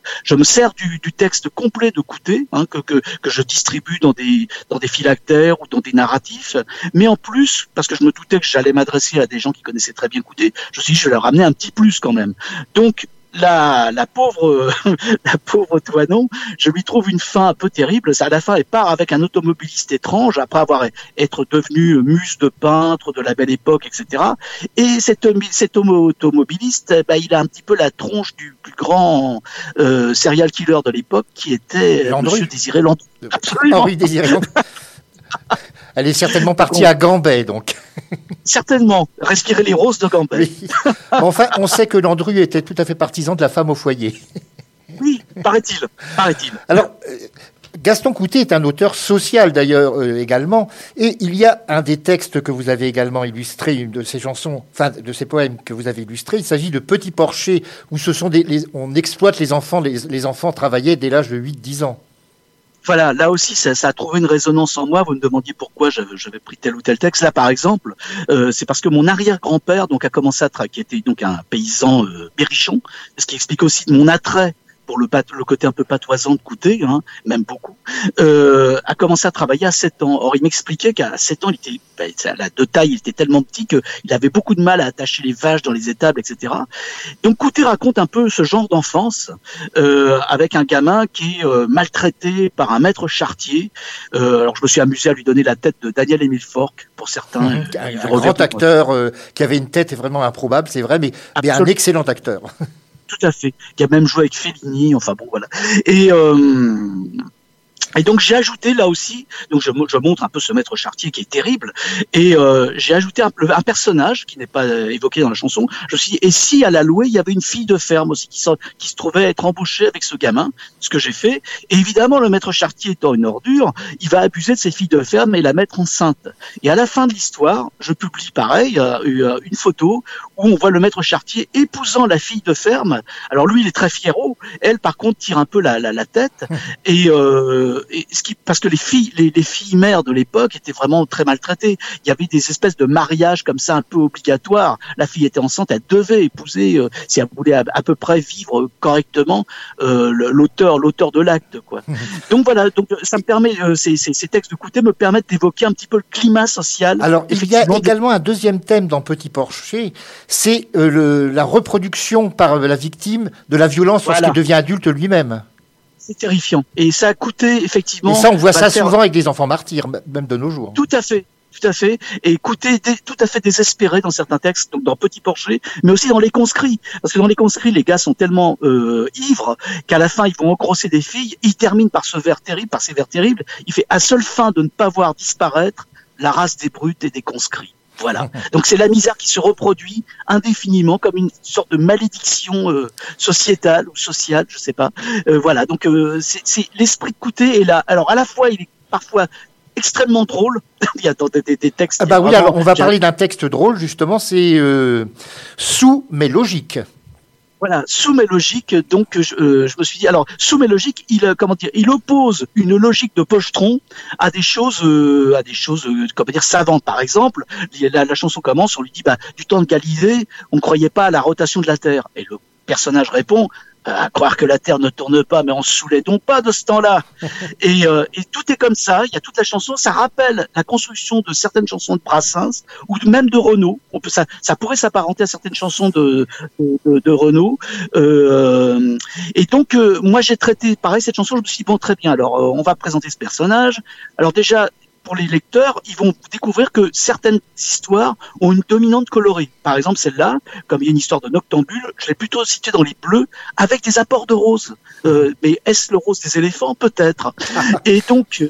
J: je me sers du texte complet de Coutet, hein, que je distribue dans des phylactères ou dans des narratifs, mais en plus, parce que je me doutais que j'allais m'adresser à des gens qui connaissaient très bien Coutet, je me suis dit, je vais leur amener un petit plus quand même. Donc, la pauvre Toinon, je lui trouve une fin un peu terrible. À la fin, elle part avec un automobiliste étrange après être devenu muse de peintre de la Belle Époque, etc. Et cet automobiliste, il a un petit peu la tronche du plus grand serial killer de l'époque, qui était Monsieur Désiré Landru. Absolument.
C: Henri Désiré Landru. Elle est certainement partie à Gambay, donc.
J: Certainement. Respirer les roses de Gambay.
C: Oui. Enfin, on sait que Landru était tout à fait partisan de la femme au foyer.
J: Oui, paraît-il.
C: Alors, Gaston Coutet est un auteur social, d'ailleurs, également. Et il y a un des textes que vous avez également illustré, une de ses chansons, enfin, de ses poèmes que vous avez illustrés. Il s'agit de Petit Porcher, où on exploite les enfants. Les enfants travaillaient dès l'âge de 8-10 ans.
J: Voilà, là aussi, ça a trouvé une résonance en moi. Vous me demandiez pourquoi j'avais pris tel ou tel texte. Là, par exemple, c'est parce que mon arrière-grand-père a commencé qui était donc un paysan berrichon, ce qui explique aussi mon attrait pour le côté un peu patoisant de Coutet, hein, même beaucoup, a commencé à travailler à 7 ans. Or, il m'expliquait qu'à 7 ans, de taille, il était tellement petit qu'il avait beaucoup de mal à attacher les vaches dans les étables, etc. Donc, Coutet raconte un peu ce genre d'enfance, avec un gamin qui est maltraité par un maître charretier. Alors, je me suis amusé à lui donner la tête de Daniel-Émile Forque, pour certains.
C: Un grand acteur qui avait une tête vraiment improbable, c'est vrai, mais un excellent acteur.
J: Tout à fait, qui a même joué avec Fellini, enfin bon, voilà. Et donc j'ai ajouté là aussi, donc je montre un peu ce maître charretier qui est terrible, et j'ai ajouté un personnage qui n'est pas évoqué dans la chanson. Je me suis dit, et si à la louée il y avait une fille de ferme aussi qui se trouvait être embauchée avec ce gamin, ce que j'ai fait. Et évidemment, le maître charretier étant une ordure, il va abuser de ces filles de ferme et la mettre enceinte. Et à la fin de l'histoire, je publie pareil une photo où on voit le maître charretier épousant la fille de ferme. Alors lui, il est très fiero, elle par contre tire un peu la tête, parce que les filles mères de l'époque étaient vraiment très maltraitées. Il y avait des espèces de mariages comme ça un peu obligatoires. La fille était enceinte, elle devait épouser si elle voulait à peu près vivre correctement l'auteur de l'acte, quoi. Donc voilà, donc ça me permet ces textes de Coutet me permettent d'évoquer un petit peu le climat social.
C: Alors il y a également un deuxième thème dans Petit Porcher, c'est la reproduction par la victime de la violence lorsqu'il devient adulte lui-même.
J: C'est terrifiant. Et ça a coûté, effectivement...
C: Et ça, on voit ça souvent avec des enfants martyrs, même de nos jours.
J: Tout à fait. Et Coutet tout à fait désespéré dans certains textes, donc dans Petit Porcher, mais aussi dans Les Conscrits. Parce que dans Les Conscrits, les gars sont tellement ivres qu'à la fin, ils vont engrosser des filles. Il termine par ces vers terribles. Il fait à seule fin de ne pas voir disparaître la race des brutes et des conscrits. Voilà. Donc c'est la misère qui se reproduit indéfiniment comme une sorte de malédiction sociétale ou sociale, je sais pas. Voilà. Donc c'est l'esprit de Coutet est là. Alors à la fois il est parfois extrêmement drôle. Il y a des textes.
C: Ah bah oui. Alors on va parler d'un texte drôle justement. C'est Sous mais logique.
J: Voilà, sous mes logiques, donc je me suis dit, alors sous mes logiques, il oppose une logique de pochetron à des choses savantes. Par exemple, la chanson commence, on lui dit, du temps de Galilée, on ne croyait pas à la rotation de la Terre. Et le personnage répond, à croire que la Terre ne tourne pas, mais on se saoulait donc pas de ce temps-là. Et tout est comme ça. Il y a toute la chanson. Ça rappelle la construction de certaines chansons de Brassens ou même de Renaud. Ça pourrait s'apparenter à certaines chansons de Renaud. Et donc moi j'ai traité pareil cette chanson. Je me suis dit bon très bien. Alors on va présenter ce personnage. Alors déjà. Pour les lecteurs, ils vont découvrir que certaines histoires ont une dominante colorée. Par exemple, celle-là, comme il y a une histoire de noctambule, je l'ai plutôt située dans les bleus, avec des apports de rose. Mais est-ce le rose des éléphants? Peut-être. Et donc,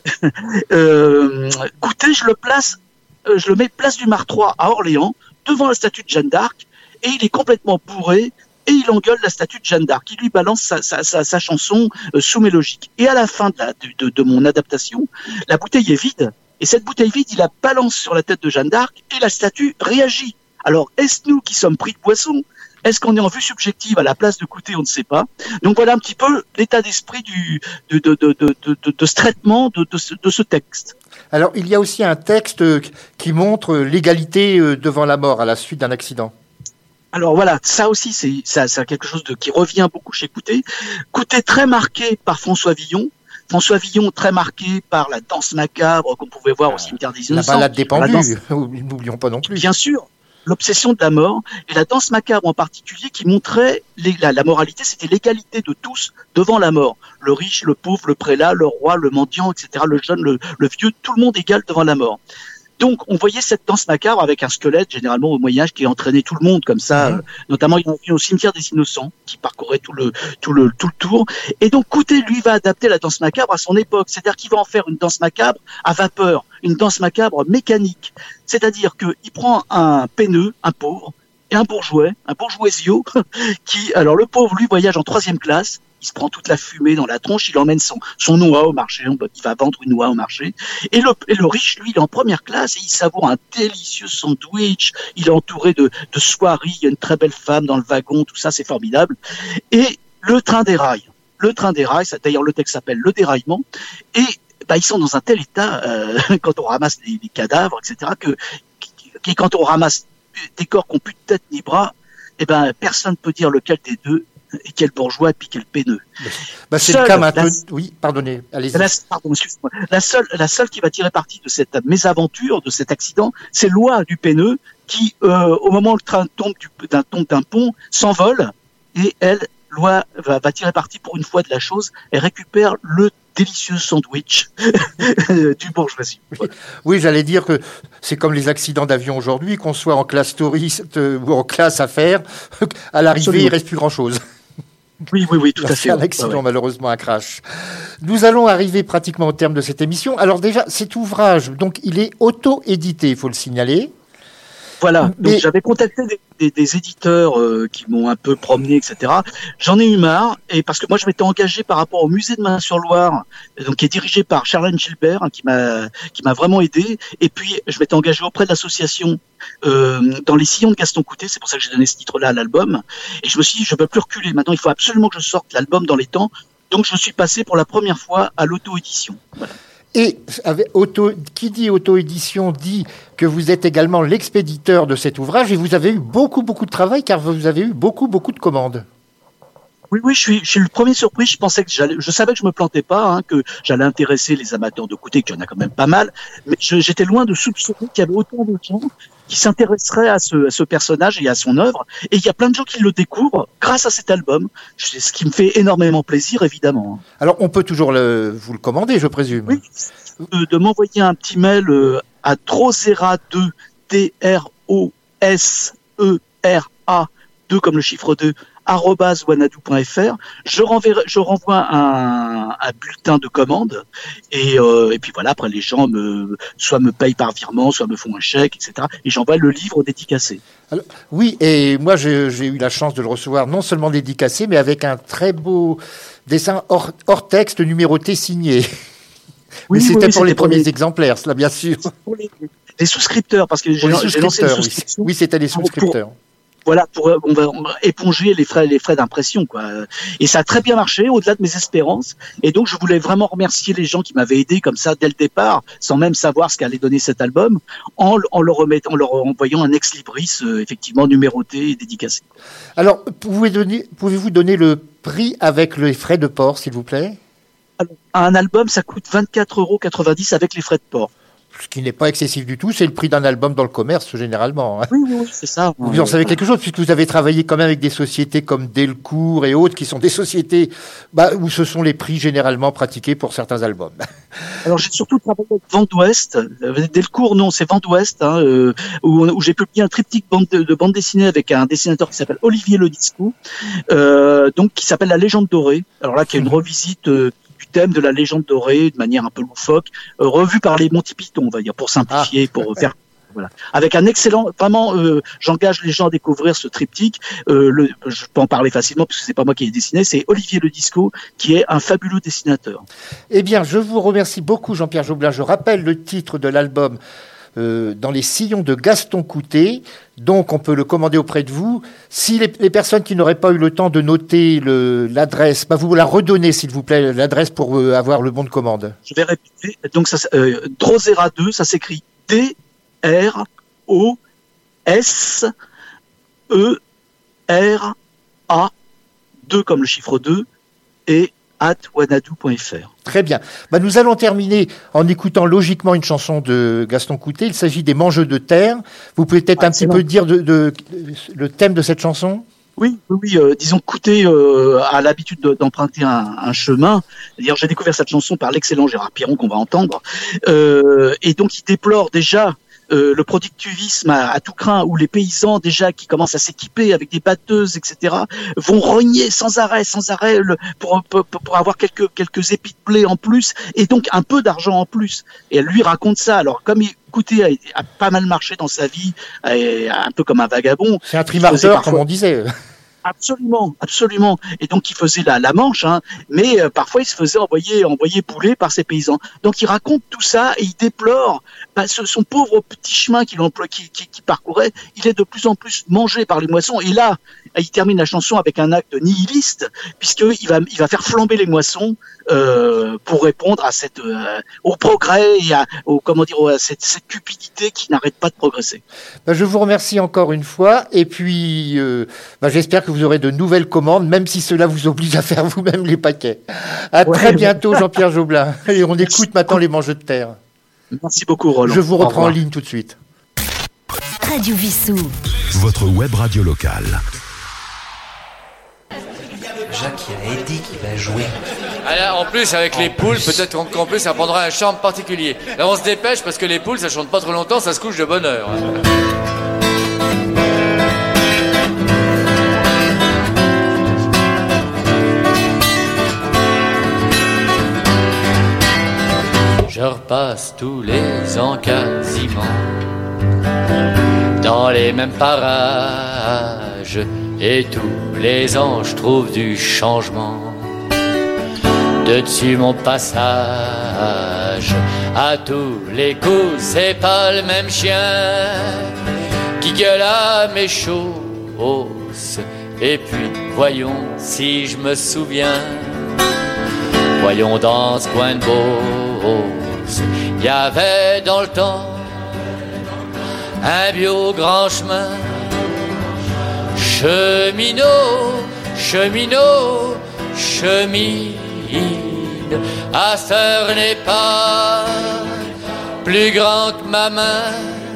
J: Coutet, je le mets place du Martroi à Orléans, devant la statue de Jeanne d'Arc, et il est complètement bourré, et il engueule la statue de Jeanne d'Arc. Il lui balance sa chanson sous mes logiques. Et à la fin de mon adaptation, la bouteille est vide. Et cette bouteille vide, il la balance sur la tête de Jeanne d'Arc et la statue réagit. Alors, est-ce nous qui sommes pris de boisson? Est-ce qu'on est en vue subjective à la place de Coutet? On ne sait pas. Donc voilà un petit peu l'état d'esprit de ce traitement de ce texte.
C: Alors, il y a aussi un texte qui montre l'égalité devant la mort à la suite d'un accident.
J: Alors voilà, ça aussi, c'est quelque chose qui revient beaucoup chez Coutet. Coutet très marqué par François Villon. François Villon très marqué par la danse macabre qu'on pouvait voir au cimetière des Innocents.
C: La balade des pendus, n'oublions pas non plus.
J: Bien sûr, l'obsession de la mort et la danse macabre en particulier qui montrait la moralité, c'était l'égalité de tous devant la mort. Le riche, le pauvre, le prélat, le roi, le mendiant, etc., le jeune, le vieux, tout le monde égal devant la mort. Donc, on voyait cette danse macabre avec un squelette, généralement au Moyen-Âge, qui entraînait tout le monde comme ça. Notamment, il y en a eu au cimetière des Innocents, qui parcourait tout le tour. Et donc, Coutet, lui, va adapter la danse macabre à son époque. C'est-à-dire qu'il va en faire une danse macabre à vapeur, une danse macabre mécanique. C'est-à-dire qu'il prend un peineux, un pauvre, et un bourgeoisio, qui, alors le pauvre, lui, voyage en 3e classe. Il se prend toute la fumée dans la tronche, il emmène son noix au marché, il va vendre une noix au marché. Et le riche, lui, il est en 1re classe et il savoure un délicieux sandwich. Il est entouré de soieries, il y a une très belle femme dans le wagon, tout ça, c'est formidable. Et le train déraille. D'ailleurs, le texte s'appelle Le déraillement. Et ils sont dans un tel état, quand on ramasse les cadavres, etc., que quand on ramasse des corps qui n'ont plus de tête ni bras, personne ne peut dire lequel des deux et quel bourgeois et puis quel peineux.
C: C'est le cas maintenant. Oui, pardonnez, allez-y.
J: Excuse-moi. La seule qui va tirer parti de cette mésaventure, de cet accident, c'est Loi du peineux qui, au moment où le train tombe d'un pont, s'envole et Loi va tirer parti pour une fois de la chose et récupère le délicieux sandwich du bourgeoisie.
C: Oui, j'allais dire que c'est comme les accidents d'avion aujourd'hui, qu'on soit en classe touriste ou en classe affaires, à l'arrivée, il ne reste plus grand-chose.
J: Oui, tout à fait.
C: C'est un accident, malheureusement, un crash. Nous allons arriver pratiquement au terme de cette émission. Alors déjà, cet ouvrage, donc, il est auto-édité, il faut le signaler.
J: Voilà, donc j'avais contacté des éditeurs qui m'ont un peu promené, etc. J'en ai eu marre, et parce que moi je m'étais engagé par rapport au musée de Main-sur-Loire, donc qui est dirigé par Charlène Gilbert, qui m'a vraiment aidé, et puis je m'étais engagé auprès de l'association dans les sillons de Gaston Coutet, c'est pour ça que j'ai donné ce titre-là à l'album, et je me suis dit je ne peux plus reculer, maintenant il faut absolument que je sorte l'album dans les temps, donc je suis passé pour la première fois à l'auto-édition. Voilà.
C: Et qui dit auto-édition dit que vous êtes également l'expéditeur de cet ouvrage et vous avez eu beaucoup de travail car vous avez eu beaucoup de commandes.
J: Oui, je suis le premier surpris. Je savais que je me plantais pas, que j'allais intéresser les amateurs de Coutet, qu'il y en a quand même pas mal, mais j'étais loin de soupçonner qu'il y avait autant de gens qui s'intéresseraient à ce personnage et à son œuvre. Et il y a plein de gens qui le découvrent grâce à cet album, ce qui me fait énormément plaisir, évidemment.
C: Alors, on peut toujours vous le commander, je présume.
J: Oui, de m'envoyer un petit mail à Drosera2, DROSERA, 2 comme le chiffre 2, @wanadoo.fr. Je renvoie un bulletin de commande et puis voilà, après les gens soit me payent par virement, soit me font un chèque, etc. Et j'envoie le livre dédicacé.
C: Alors, oui, et moi j'ai eu la chance de le recevoir non seulement dédicacé, mais avec un très beau dessin hors texte numéroté signé. Oui, mais c'était pour les premiers exemplaires, cela bien sûr.
J: Pour les souscripteurs, parce que j'ai lancé une souscription.
C: Oui, c'était les souscripteurs.
J: On va éponger les frais d'impression, quoi. Et ça a très bien marché, au-delà de mes espérances. Et donc, je voulais vraiment remercier les gens qui m'avaient aidé comme ça dès le départ, sans même savoir ce qu'allait donner cet album, en leur envoyant un ex-libris, effectivement, numéroté et dédicacé.
C: Alors, pouvez-vous donner le prix avec les frais de port, s'il vous plaît?
J: Alors, un album, ça coûte 24,90 € avec les frais de port.
C: Ce qui n'est pas excessif du tout, c'est le prix d'un album dans le commerce, généralement.
J: Oui, c'est ça.
C: Vous en savez quelque chose, puisque vous avez travaillé quand même avec des sociétés comme Delcourt et autres, qui sont des sociétés où ce sont les prix généralement pratiqués pour certains albums.
J: Alors, j'ai surtout travaillé avec Vent d'Ouest. Delcourt, non, c'est Vent d'Ouest, où j'ai publié un triptyque de bande dessinée avec un dessinateur qui s'appelle Olivier Ledisco, donc qui s'appelle La Légende dorée. Alors là, qui est une revisite thème de la légende dorée de manière un peu loufoque, revu par les Monty Python, on va dire, pour simplifier, pour faire, voilà. Avec un excellent, vraiment, j'engage les gens à découvrir ce triptyque. Je peux en parler facilement parce que c'est pas moi qui l'ai dessiné, c'est Olivier Ledisco qui est un fabuleux dessinateur.
C: Eh bien, je vous remercie beaucoup, Jean-Pierre Joblin. Je rappelle le titre de l'album. Dans les sillons de Gaston Coutet, donc on peut le commander auprès de vous. Si les personnes qui n'auraient pas eu le temps de noter l'adresse, vous la redonnez s'il vous plaît, l'adresse pour avoir le bon de commande.
J: Je vais répéter, donc ça, Drosera 2, ça s'écrit DROSERA R-A, 2 comme le chiffre 2, et @wanadoo.fr.
C: Très bien. Nous allons terminer en écoutant logiquement une chanson de Gaston Coutet. Il s'agit des Mangeux de terre. Vous pouvez peut-être un petit peu dire le thème de cette chanson ?
J: Oui. Disons Coutet a l'habitude d'emprunter un chemin. D'ailleurs, j'ai découvert cette chanson par l'excellent Gérard Piron qu'on va entendre. Et donc, il déplore déjà le productivisme à tout crin, où les paysans déjà qui commencent à s'équiper avec des batteuses, etc., vont rogner sans arrêt pour avoir quelques épis de blé en plus et donc un peu d'argent en plus. Et elle lui raconte ça. Alors comme Coutet a pas mal marché dans sa vie, un peu comme un vagabond.
C: C'est un trimardeur, comme on disait.
J: Absolument. Et donc il faisait la manche, mais parfois il se faisait envoyer poulet par ses paysans. Donc il raconte tout ça et il déplore son pauvre petit chemin qu'il parcourait. Il est de plus en plus mangé par les moissons. Et là, il termine la chanson avec un acte nihiliste, puisqu'il va faire flamber les moissons pour répondre à au progrès et à cette cupidité qui n'arrête pas de progresser.
C: Je vous remercie encore une fois et puis j'espère que vous aurez de nouvelles commandes, même si cela vous oblige à faire vous-même les paquets. Très bientôt, Jean-Pierre Joblin. Et on écoute maintenant les Mangeux de terre.
J: Merci beaucoup, Roland.
C: Je vous reprends en ligne tout de suite.
B: Radio Vissou.
A: Votre web radio locale.
K: Jacques, il y a Eddie qui va jouer.
L: Alors, en plus, avec les poules, peut-être qu'en plus, ça prendra un charme particulier. Là, on se dépêche parce que les poules, ça chante pas trop longtemps, ça se couche de bonne heure. Je repasse tous les ans quasiment dans les mêmes parages et tous les ans je trouve du changement. De dessus mon passage, à tous les coups c'est pas le même chien qui gueule à mes choses. Et puis voyons si je me souviens, voyons dans ce coin de Beauce, il y avait dans le temps un bio grand chemin. Cheminot, chemine, à cette heure n'est pas plus grand que ma main.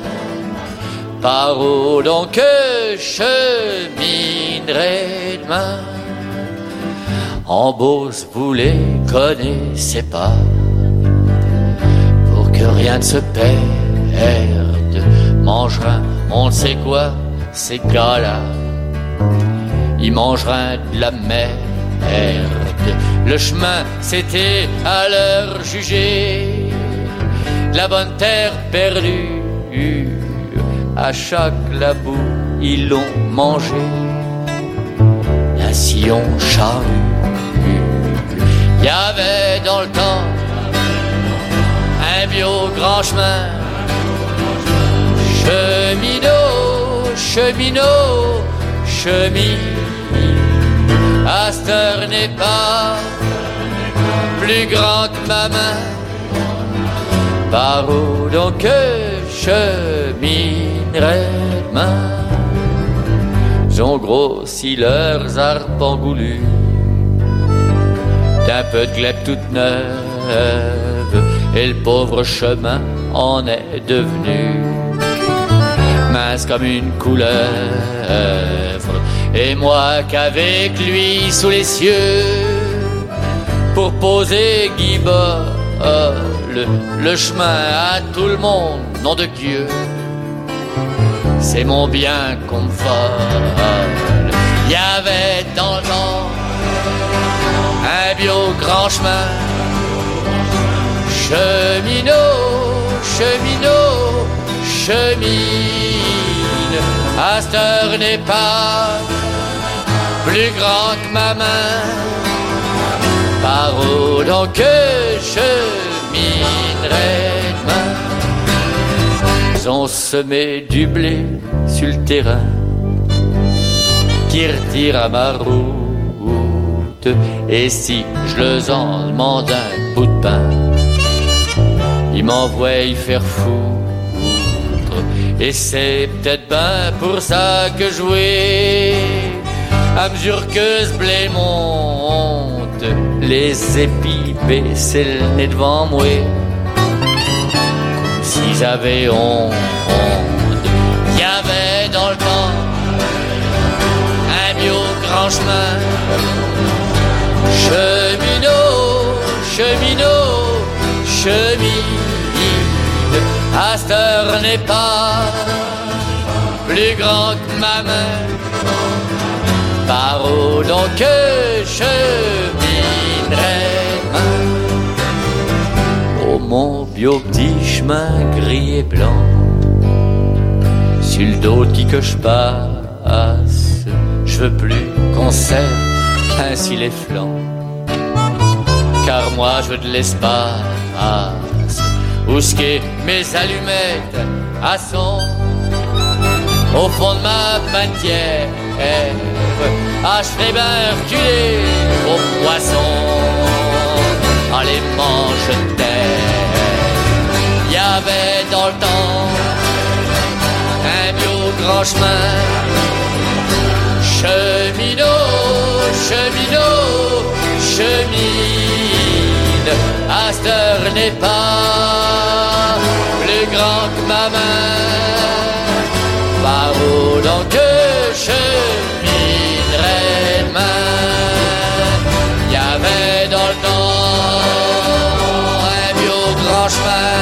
L: Par où donc je cheminerai demain? En Beauce, vous les connaissez pas, pour que rien ne se perde. Mangera, on ne sait quoi, ces gars-là. Ils mangeraient de la merde. Le chemin, c'était à leur juger la bonne terre perdue. À chaque labour, ils l'ont mangé, un sillon charru. Il y avait dans le temps un bio grand chemin. Cheminot, chemine, à cette heure n'est pas plus grand que ma main. Par où donc je cheminerai demain? Ils ont grossi leurs arbres engoulus d'un peu de glèbe toute neuve, et le pauvre chemin en est devenu mince comme une couleuvre. Et moi qu'avec lui sous les cieux, pour poser guibole, le chemin à tout le monde, nom de Dieu, c'est mon bien qu'on me vole. Il y avait dans le temps un bio grand chemin. Cheminot, chemine, à cette heure n'est pas plus grand que ma main. Par où donc je cheminerai demain? Ils ont semé du blé sur le terrain qui retire à ma route. Et si je leur en demande un bout de pain, ils m'envoient y faire foutre. Et c'est peut-être ben pour ça que jouer à mesure que ce blé monte, les épis baissent le nez devant moi. S'ils avaient honte, il y avait dans le temps un bio grand chemin. Cheminot, cheminot, chemine, à cette heure n'est pas plus grand que ma main. Par où donc que cheminerai demain? Oh mon bio petit chemin gris et blanc, sur le dos qui que je passe, je veux plus qu'on serre ainsi les flancs. Car moi je veux de l'espace, où ce qu'est mes allumettes à son, au fond de ma matière, je ferais bien reculer aux poissons en les manches de terre. Il y avait dans le temps un bio grand chemin. Cheminot, cheminot, chemine, à cette heure n'est pas plus grand que ma main. Par où donc que cheminerai demain? Il y avait dans le temps un bio grand chemin.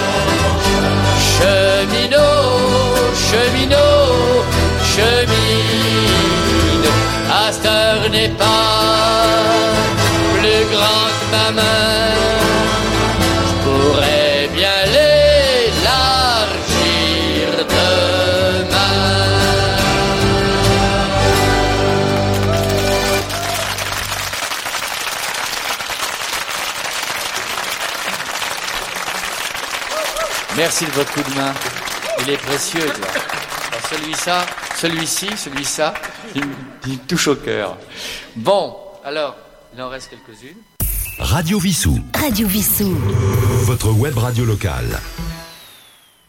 L: Cheminot, cheminot, chemine, à cette heure n'est pas plus grand que ma main. Je pourrais bien l'élargir demain. Merci de votre coup de main. Il est précieux, toi. Alors celui-ci, il me touche au cœur. Bon, alors, il en reste quelques-unes.
A: Radio Vissou.
B: Radio Vissou.
A: Votre web radio locale.